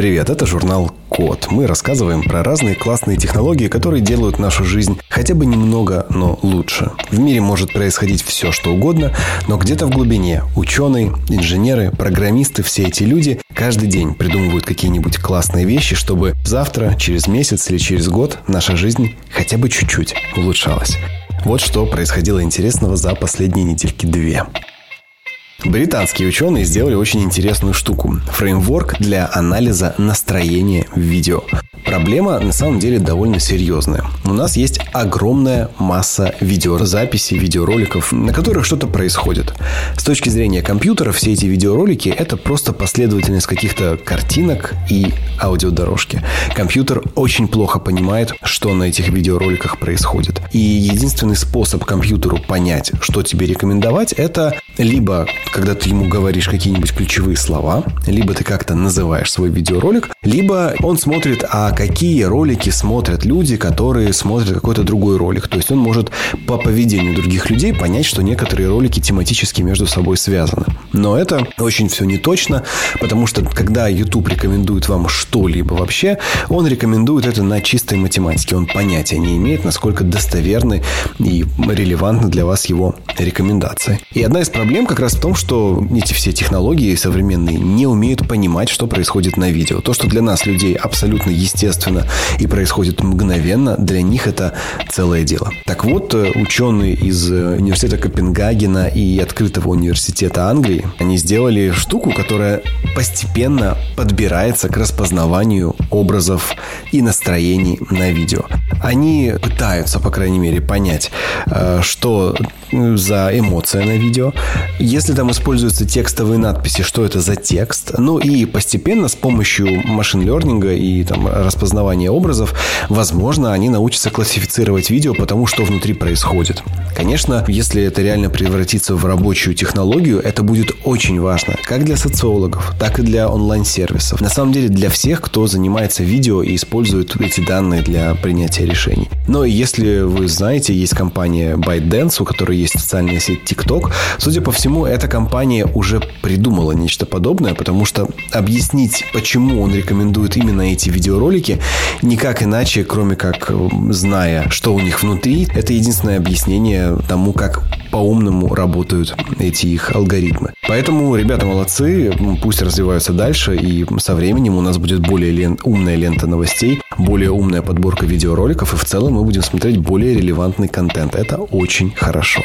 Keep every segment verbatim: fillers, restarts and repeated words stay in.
Привет, это журнал Код. Мы рассказываем про разные классные технологии, которые делают нашу жизнь хотя бы немного, но лучше. В мире может происходить все, что угодно, но где-то в глубине ученые, инженеры, программисты, все эти люди каждый день придумывают какие-нибудь классные вещи, чтобы завтра, через месяц или через год наша жизнь хотя бы чуть-чуть улучшалась. Вот что происходило интересного за последние недельки две. Британские ученые сделали очень интересную штуку – фреймворк для анализа настроения в видео. Проблема на самом деле довольно серьезная. У нас есть огромная масса видеозаписей, видеороликов, на которых что-то происходит. С точки зрения компьютера все эти видеоролики – это просто последовательность каких-то картинок и аудиодорожки. Компьютер очень плохо понимает, что на этих видеороликах происходит. И единственный способ компьютеру понять, что тебе рекомендовать, это либо когда ты ему говоришь какие-нибудь ключевые слова, либо ты как-то называешь свой видеоролик, либо он смотрит, а какие ролики смотрят люди, которые смотрят какой-то другой ролик. То есть он может по поведению других людей понять, что некоторые ролики тематически между собой связаны. Но это очень все не точно, потому что когда YouTube рекомендует вам что-либо вообще, он рекомендует это на чистой математике. Он понятия не имеет, насколько достоверны и релевантны для вас его рекомендации. И одна из проблем как раз в том, что эти все технологии современные не умеют понимать, что происходит на видео. То, что для нас, людей, абсолютно естественно и происходит мгновенно, для них это целое дело. Так вот, ученые из университета Копенгагена и открытого университета Англии, они сделали штуку, которая постепенно подбирается к распознаванию образов и настроений на видео. Они пытаются, по крайней мере, понять, что за эмоция на видео. Если там используются текстовые надписи, что это за текст. Ну и постепенно с помощью машин-лернинга и там, распознавания образов, возможно, они научатся классифицировать видео по тому, что внутри происходит. Конечно, если это реально превратится в рабочую технологию, это будет очень важно. Как для социологов, так и для онлайн-сервисов. На самом деле для всех, кто занимается видео и использует эти данные для принятия решений. Но если вы знаете, есть компания ByteDance, у которой есть социальная сеть TikTok. Судя по всему, эта компания уже придумала нечто подобное, потому что объяснить, почему он рекомендует именно эти видеоролики, никак иначе, кроме как зная, что у них внутри, это единственное объяснение тому, как по-умному работают эти их алгоритмы. Поэтому ребята молодцы, пусть развиваются дальше, и со временем у нас будет более лен... умная лента новостей, более умная подборка видеороликов, и в целом мы будем смотреть более релевантный контент. Это очень хорошо.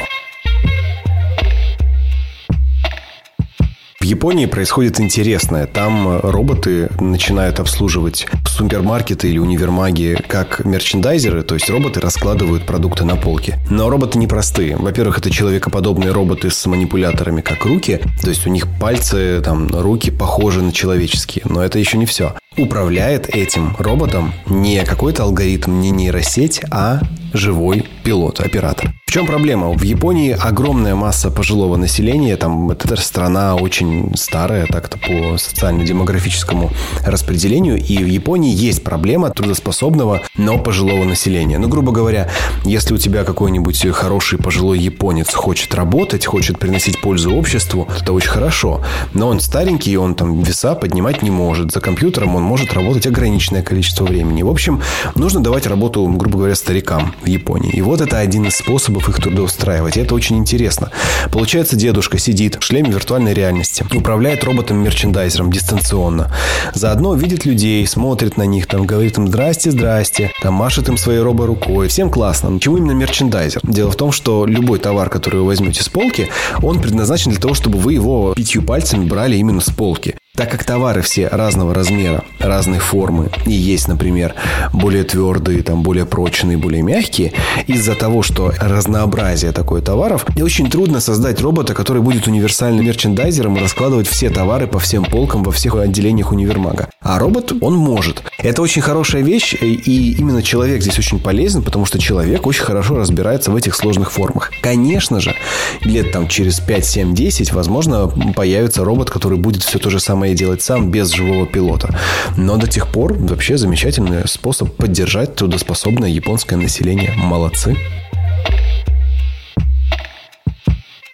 В Японии происходит интересное. Там роботы начинают обслуживать супермаркеты или универмаги как мерчендайзеры, то есть роботы раскладывают продукты на полке. Но роботы непростые. Во-первых, это человекоподобные роботы с манипуляторами, как руки. То есть у них пальцы, там, руки похожи на человеческие. Но это еще не все. Управляет этим роботом не какой-то алгоритм, не нейросеть, а живой пилот, оператор. В чем проблема? В Японии огромная масса пожилого населения. Там эта страна очень старая, так-то по социально-демографическому распределению. И в Японии есть проблема трудоспособного, но пожилого населения. Ну, грубо говоря, если у тебя какой-нибудь хороший пожилой японец хочет работать, хочет приносить пользу обществу, это очень хорошо. Но он старенький, он там веса поднимать не может. За компьютером он может работать ограниченное количество времени. В общем, нужно давать работу, грубо говоря, старикам в Японии. И вот это один из способов их трудоустраивать. И это очень интересно. Получается, дедушка сидит в шлеме виртуальной реальности, управляет роботом-мерчендайзером дистанционно. Заодно видит людей, смотрит на них, там, говорит им «здрасте, здрасте», там, машет им своей робо-рукой. Всем классно. Чего именно мерчендайзер? Дело в том, что любой товар, который вы возьмете с полки, он предназначен для того, чтобы вы его пятью пальцами брали именно с полки. Так как товары все разного размера, разной формы, и есть, например, более твердые, там, более прочные, более мягкие, из-за того, что разнообразие такое товаров, очень трудно создать робота, который будет универсальным мерчендайзером и раскладывать все товары по всем полкам во всех отделениях универмага. А робот, он может. Это очень хорошая вещь, и именно человек здесь очень полезен, потому что человек очень хорошо разбирается в этих сложных формах. Конечно же, лет там через пять, семь, десять, возможно, появится робот, который будет все то же самое делать сам без живого пилота. Но до тех пор вообще замечательный способ поддержать трудоспособное японское население. Молодцы.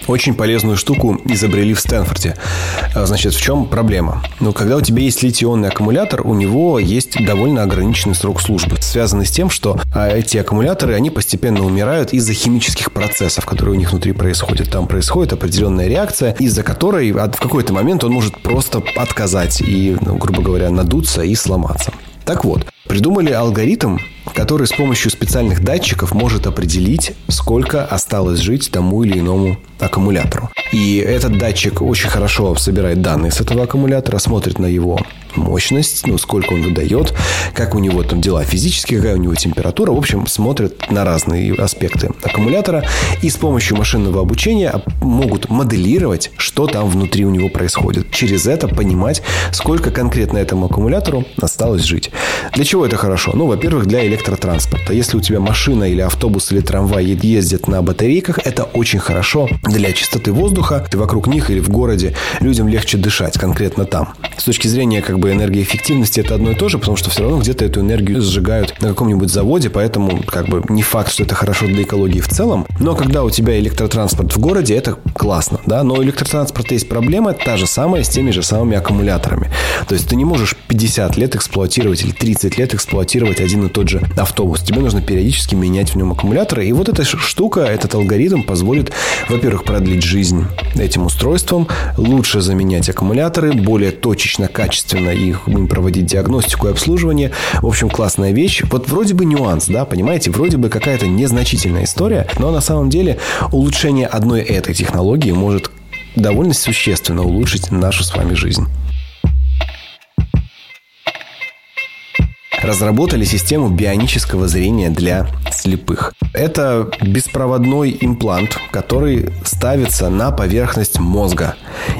очень полезную штуку изобрели в Стэнфорде. Значит, в чем проблема? Ну, когда у тебя есть литий-ионный аккумулятор, у него есть довольно ограниченный срок службы, связанный с тем, что эти аккумуляторы, они постепенно умирают из-за химических процессов, которые у них внутри происходят. Там происходит определенная реакция, из-за которой в какой-то момент он может просто отказать и, ну, грубо говоря, надуться и сломаться. Так вот, придумали алгоритм, который с помощью специальных датчиков может определить, сколько осталось жить тому или иному аккумулятору. И этот датчик очень хорошо собирает данные с этого аккумулятора, смотрит на его мощность, ну, сколько он выдает, как у него там дела физические, какая у него температура. В общем, смотрят на разные аспекты аккумулятора и с помощью машинного обучения могут моделировать, что там внутри у него происходит. Через это понимать, сколько конкретно этому аккумулятору осталось жить. Для чего это хорошо? Ну, во-первых, для электротранспорта. Если у тебя машина или автобус или трамвай ездят на батарейках, это очень хорошо для чистоты воздуха. Вокруг них или в городе людям легче дышать конкретно там. С точки зрения как бы энергоэффективности это одно и то же, потому что все равно где-то эту энергию сжигают на каком-нибудь заводе, поэтому как бы не факт, что это хорошо для экологии в целом. Но когда у тебя электротранспорт в городе, это классно, да. Но у электротранспорта есть проблема, та же самая с теми же самыми аккумуляторами. То есть ты не можешь пятьдесят лет эксплуатировать или тридцать лет эксплуатировать один и тот же автобус. Тебе нужно периодически менять в нем аккумуляторы. И вот эта штука, этот алгоритм позволит, во-первых, продлить жизнь этим устройствам, лучше заменять аккумуляторы, более точечно, качественно их им проводить диагностику и обслуживание. В общем, классная вещь. Вот вроде бы нюанс, да, понимаете, вроде бы какая-то незначительная история, но на самом деле улучшение одной этой технологии может довольно существенно улучшить нашу с вами жизнь. Разработали систему бионического зрения для слепых. Это беспроводной имплант, который ставится на поверхность мозга.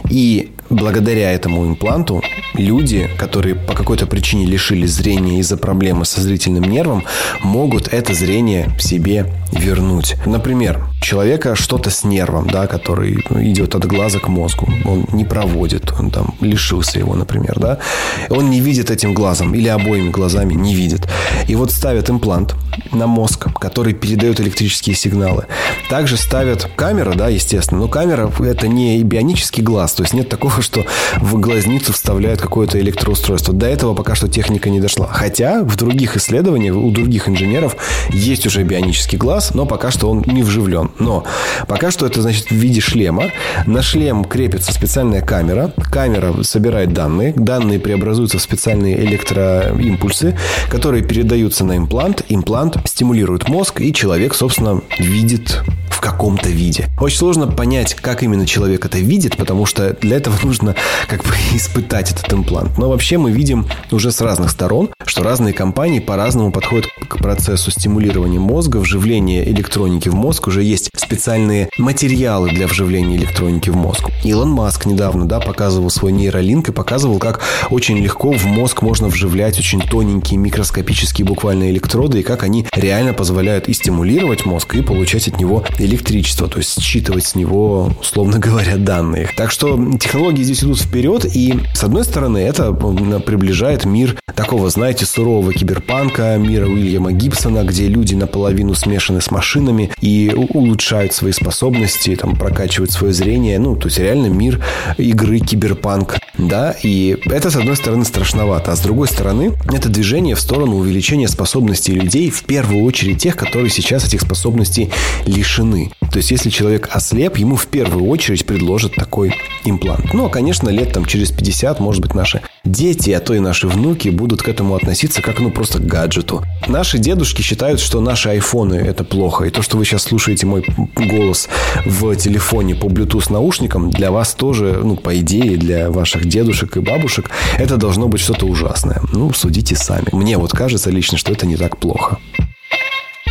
И благодаря этому импланту люди, которые по какой-то причине лишились зрения из-за проблемы со зрительным нервом, могут это зрение себе вернуть. Например, у человека что-то с нервом, да, который идет от глаза к мозгу. Он не проводит, он там лишился его, например, да. Он не видит этим глазом или обоими глазами не видит. И вот ставят имплант на мозг, который передает электрические сигналы. Также ставят камеру, да, естественно. Но камера – это не бионический глаз. То есть нет такого, что в глазницу вставляют какое-то электроустройство. До этого пока что техника не дошла. Хотя в других исследованиях, у других инженеров есть уже бионический глаз, но пока что он не вживлен. Но пока что это, значит, в виде шлема. На шлем крепится специальная камера. Камера собирает данные. Данные преобразуются в специальные электроимпульсы, которые передаются на имплант. Имплант стимулирует мозг, и человек, собственно, видит в каком-то виде. Очень сложно понять, как именно человек это видит, потому что для этого нужно как бы испытать этот имплант. Но вообще мы видим уже с разных сторон, что разные компании по-разному подходят к процессу стимулирования мозга, вживления электроники в мозг. Уже есть специальные материалы для вживления электроники в мозг. Илон Маск недавно, да, показывал свой нейролинк и показывал, как очень легко в мозг можно вживлять очень тоненькие микроскопические буквально электроды, и как они реально позволяют и стимулировать мозг, и получать от него электричество, то есть считывать с него, условно говоря, данные. Так что технологии здесь идут вперед, и, с одной стороны, это приближает мир такого, знаете, сурового киберпанка, мира Уильяма Гибсона, где люди наполовину смешаны с машинами и улучшают свои способности, там, прокачивают свое зрение. Ну, то есть, реально мир игры киберпанк, да, и это, с одной стороны, страшновато, а с другой стороны, это движение в сторону увеличения способностей людей, в первую очередь тех, которые сейчас этих способностей лишены. То есть, если человек ослеп, ему в первую очередь предложат такой имплант. Ну, а, конечно, лет там через пятьдесят, может быть, наши дети, а то и наши внуки будут к этому относиться как, ну, просто к гаджету. Наши дедушки считают, что наши айфоны – это плохо. И то, что вы сейчас слушаете мой голос в телефоне по Bluetooth наушникам, для вас тоже, ну, по идее, для ваших дедушек и бабушек, это должно быть что-то ужасное. Ну, судите сами. Мне вот кажется лично, что это не так плохо.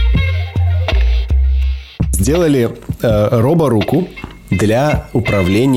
Сделали э, роборуку для управления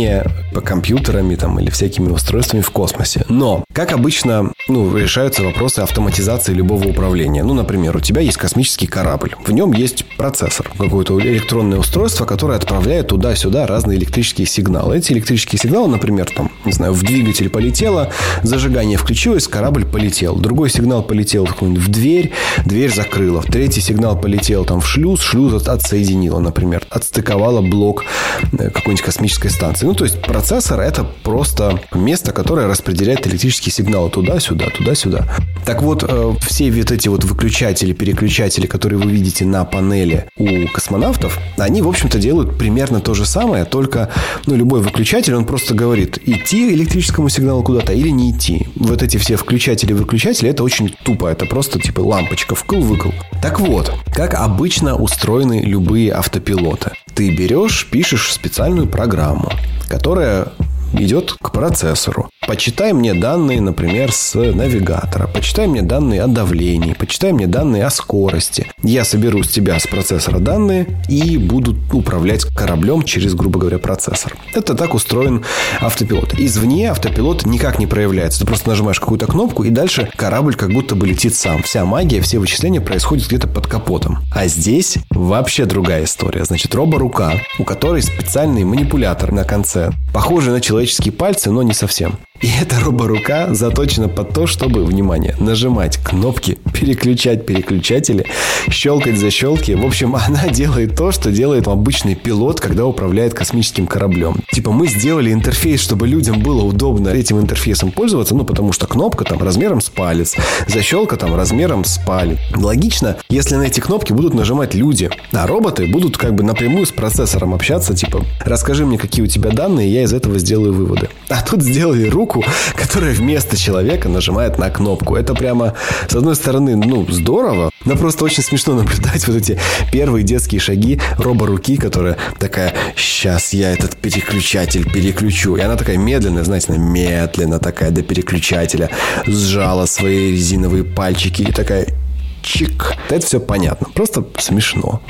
по компьютерами там, или всякими устройствами в космосе. Но, как обычно, ну, решаются вопросы автоматизации любого управления. Ну, например, у тебя есть космический корабль. В нем есть процессор, какое-то электронное устройство, которое отправляет туда-сюда разные электрические сигналы. Эти электрические сигналы, например, там, не знаю, в двигатель полетело, зажигание включилось, корабль полетел. Другой сигнал полетел в дверь, дверь закрыла. Третий сигнал полетел там в шлюз, шлюз отсоединила, например, отстыковала блок какой-нибудь космической станции. Ну, то есть процессор — это просто место, которое распределяет электрические сигналы туда-сюда, туда-сюда. Так вот, все вот эти вот выключатели, переключатели, которые вы видите на панели у космонавтов, они, в общем-то, делают примерно то же самое, только, ну, любой выключатель, он просто говорит, идти электрическому сигналу куда-то или не идти. Вот эти все включатели-выключатели, это очень тупо, это просто типа лампочка, вкл-выкл. Так вот, как обычно устроены любые автопилоты. Ты берешь, пишешь специальную программу, которая идет к процессору. Почитай мне данные, например, с навигатора. Почитай мне данные о давлении. Почитай мне данные о скорости. Я соберу с тебя, с процессора, данные и буду управлять кораблем через, грубо говоря, процессор. Это так устроен автопилот. Извне автопилот никак не проявляется. Ты просто нажимаешь какую-то кнопку, и дальше корабль как будто бы летит сам. Вся магия, все вычисления происходят где-то под капотом. А здесь вообще другая история. Значит, роборука, у которой специальный манипулятор на конце, похожий на человеческие пальцы, но не совсем. И эта роборука заточена под то, чтобы, внимание, нажимать кнопки, переключать переключатели, щелкать защелки. В общем, она делает то, что делает обычный пилот, когда управляет космическим кораблем. Типа мы сделали интерфейс, чтобы людям было удобно этим интерфейсом пользоваться, ну, потому что кнопка там размером с палец, защелка там размером с палец. Логично, если на эти кнопки будут нажимать люди, а роботы будут как бы напрямую с процессором общаться, типа расскажи мне, какие у тебя данные, я из этого сделаю выводы. А тут сделали руку, которая вместо человека нажимает на кнопку. Это прямо, с одной стороны, ну, здорово, но просто очень смешно наблюдать вот эти первые детские шаги роборуки, которая такая, сейчас я этот переключатель переключу. И она такая медленная, знаете, она медленно такая до переключателя сжала свои резиновые пальчики и такая чик. Это все понятно, просто смешно.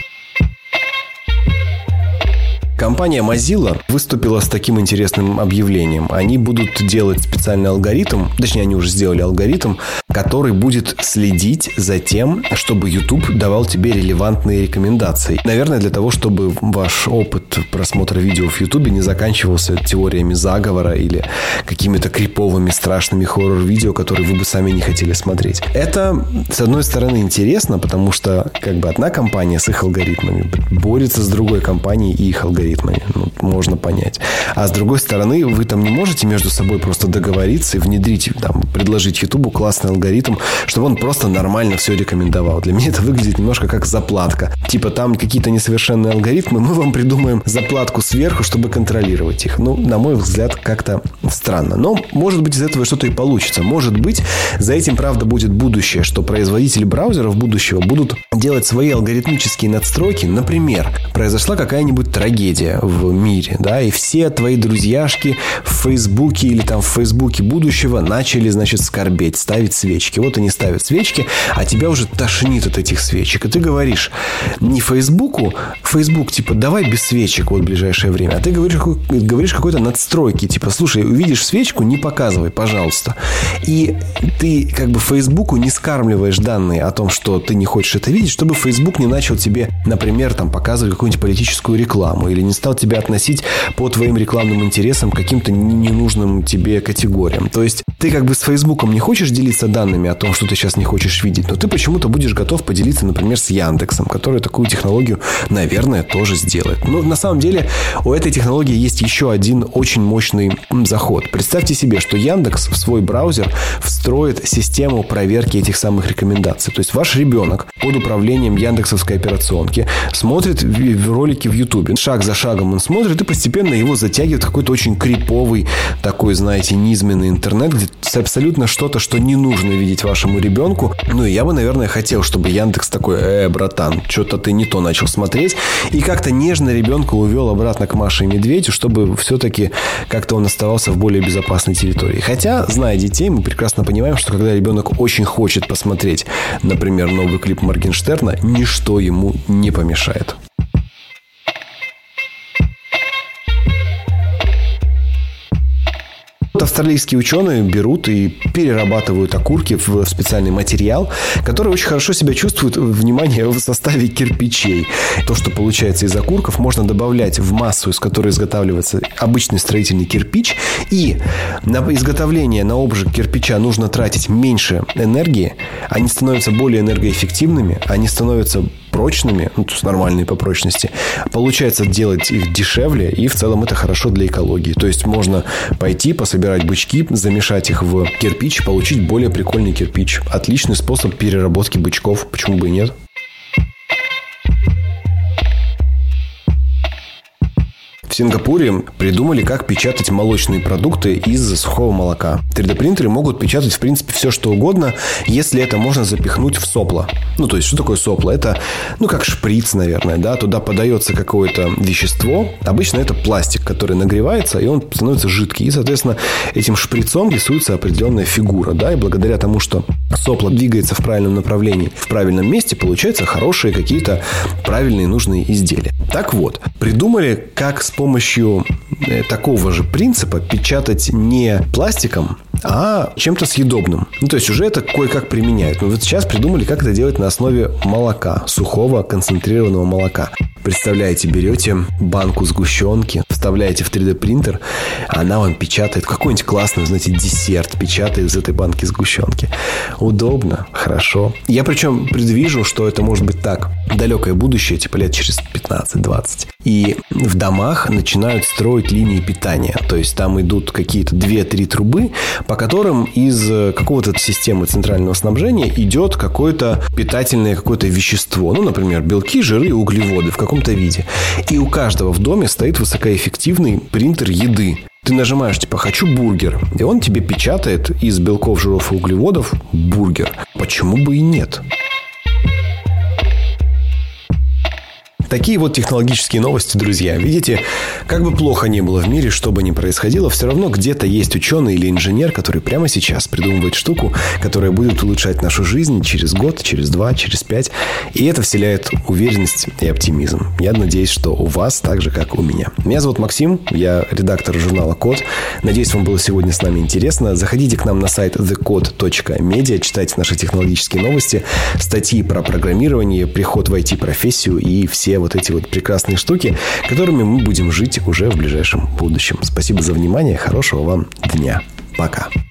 Компания Mozilla выступила с таким интересным объявлением. Они будут делать специальный алгоритм, точнее, они уже сделали алгоритм, который будет следить за тем, чтобы YouTube давал тебе релевантные рекомендации. Наверное, для того, чтобы ваш опыт просмотра видео в YouTube не заканчивался теориями заговора или какими-то криповыми страшными хоррор-видео, которые вы бы сами не хотели смотреть. Это, с одной стороны, интересно, потому что как бы одна компания с их алгоритмами борется с другой компанией и их алгоритмами. Ну, можно понять. А с другой стороны, вы там не можете между собой просто договориться и внедрить, там, предложить Ютубу классный алгоритм, чтобы он просто нормально все рекомендовал. Для меня это выглядит немножко как заплатка. Типа там какие-то несовершенные алгоритмы, мы вам придумаем заплатку сверху, чтобы контролировать их. Ну, на мой взгляд, как-то странно. Но, может быть, из этого что-то и получится. Может быть, за этим, правда, будет будущее, что производители браузеров будущего будут делать свои алгоритмические надстройки. Например, произошла какая-нибудь трагедия в мире, да, и все твои друзьяшки в Фейсбуке или там в Фейсбуке будущего начали, значит, скорбеть, ставить свечки. Вот они ставят свечки, а тебя уже тошнит от этих свечек. И ты говоришь не Фейсбуку, Фейсбук, типа, давай без свечек вот в ближайшее время. А ты говоришь, говоришь какой-то надстройки, типа, слушай, увидишь свечку, не показывай, пожалуйста. И ты как бы Фейсбуку не скармливаешь данные о том, что ты не хочешь это видеть, чтобы Фейсбук не начал тебе, например, там, показывать какую-нибудь политическую рекламу или не стал тебя относить по твоим рекламным интересам к каким-то ненужным тебе категориям. То есть ты как бы с Фейсбуком не хочешь делиться данными о том, что ты сейчас не хочешь видеть, но ты почему-то будешь готов поделиться, например, с Яндексом, который такую технологию, наверное, тоже сделает. Но на самом деле у этой технологии есть еще один очень мощный заход. Представьте себе, что Яндекс в свой браузер встроит систему проверки этих самых рекомендаций. То есть ваш ребенок под управлением яндексовской операционки смотрит ролики в Ютубе. Шаг за шагом он смотрит, и постепенно его затягивает какой-то очень криповый, такой, знаете, низменный интернет, где абсолютно что-то, что не нужно видеть вашему ребенку. Ну, и я бы, наверное, хотел, чтобы Яндекс такой, э, братан, что-то ты не то начал смотреть, и как-то нежно ребенка увел обратно к Маше и Медведю, чтобы все-таки как-то он оставался в более безопасной территории. Хотя, зная детей, мы прекрасно понимаем, что когда ребенок очень хочет посмотреть, например, новый клип Моргенштерна, ничто ему не помешает. Австралийские ученые берут и перерабатывают окурки в специальный материал, который очень хорошо себя чувствует, внимание, в составе кирпичей. То, что получается из окурков, можно добавлять в массу, из которой изготавливается обычный строительный кирпич. И на изготовление, на обжиг кирпича нужно тратить меньше энергии. Они становятся более энергоэффективными, они становятся прочными, ну, то есть нормальные по прочности. Получается делать их дешевле, и в целом это хорошо для экологии. То есть можно пойти, пособирать бычки, замешать их в кирпич, получить более прикольный кирпич. Отличный способ переработки бычков. Почему бы и нет? В Сингапуре придумали, как печатать молочные продукты из сухого молока. три дэ-принтеры могут печатать, в принципе, все, что угодно, если это можно запихнуть в сопло. Ну, то есть, что такое сопло? Это, ну, как шприц, наверное, да? Туда подается какое-то вещество. Обычно это пластик, который нагревается, и он становится жидкий. И, соответственно, этим шприцом рисуется определенная фигура, да? И благодаря тому, что сопло двигается в правильном направлении, в правильном месте, получаются хорошие какие-то правильные нужные изделия. Так вот, придумали, как с помощью такого же принципа печатать не пластиком, а чем-то съедобным. Ну, то есть, уже это кое-как применяют. Но вот сейчас придумали, как это делать на основе молока, сухого концентрированного молока. Представляете, берете банку сгущенки, вставляете в три дэ-принтер, она вам печатает какой-нибудь классный, знаете, десерт, печатает из этой банки сгущенки. Удобно, хорошо. Я причем предвижу, что это может быть так. Далекое будущее, типа лет через пятнадцать-двадцать. И в домах начинают строить линии питания. То есть, там идут какие-то две-три трубы, по которым из какого-то системы центрального снабжения идет какое-то питательное какое-то вещество. Ну, например, белки, жиры и углеводы в каком-то виде. И у каждого в доме стоит высокоэффективный принтер еды. Ты нажимаешь, типа, «хочу бургер», и он тебе печатает из белков, жиров и углеводов бургер. Почему бы и нет? Такие вот технологические новости, друзья. Видите, как бы плохо ни было в мире, что бы ни происходило, все равно где-то есть ученый или инженер, который прямо сейчас придумывает штуку, которая будет улучшать нашу жизнь через год, через два, через пять. И это вселяет уверенность и оптимизм. Я надеюсь, что у вас так же, как у меня. Меня зовут Максим, я редактор журнала Код. Надеюсь, вам было сегодня с нами интересно. Заходите к нам на сайт the code точка media, читайте наши технологические новости, статьи про программирование, приход в ай ти-профессию и все вот эти вот прекрасные штуки, которыми мы будем жить уже в ближайшем будущем. Спасибо за внимание. Хорошего вам дня. Пока.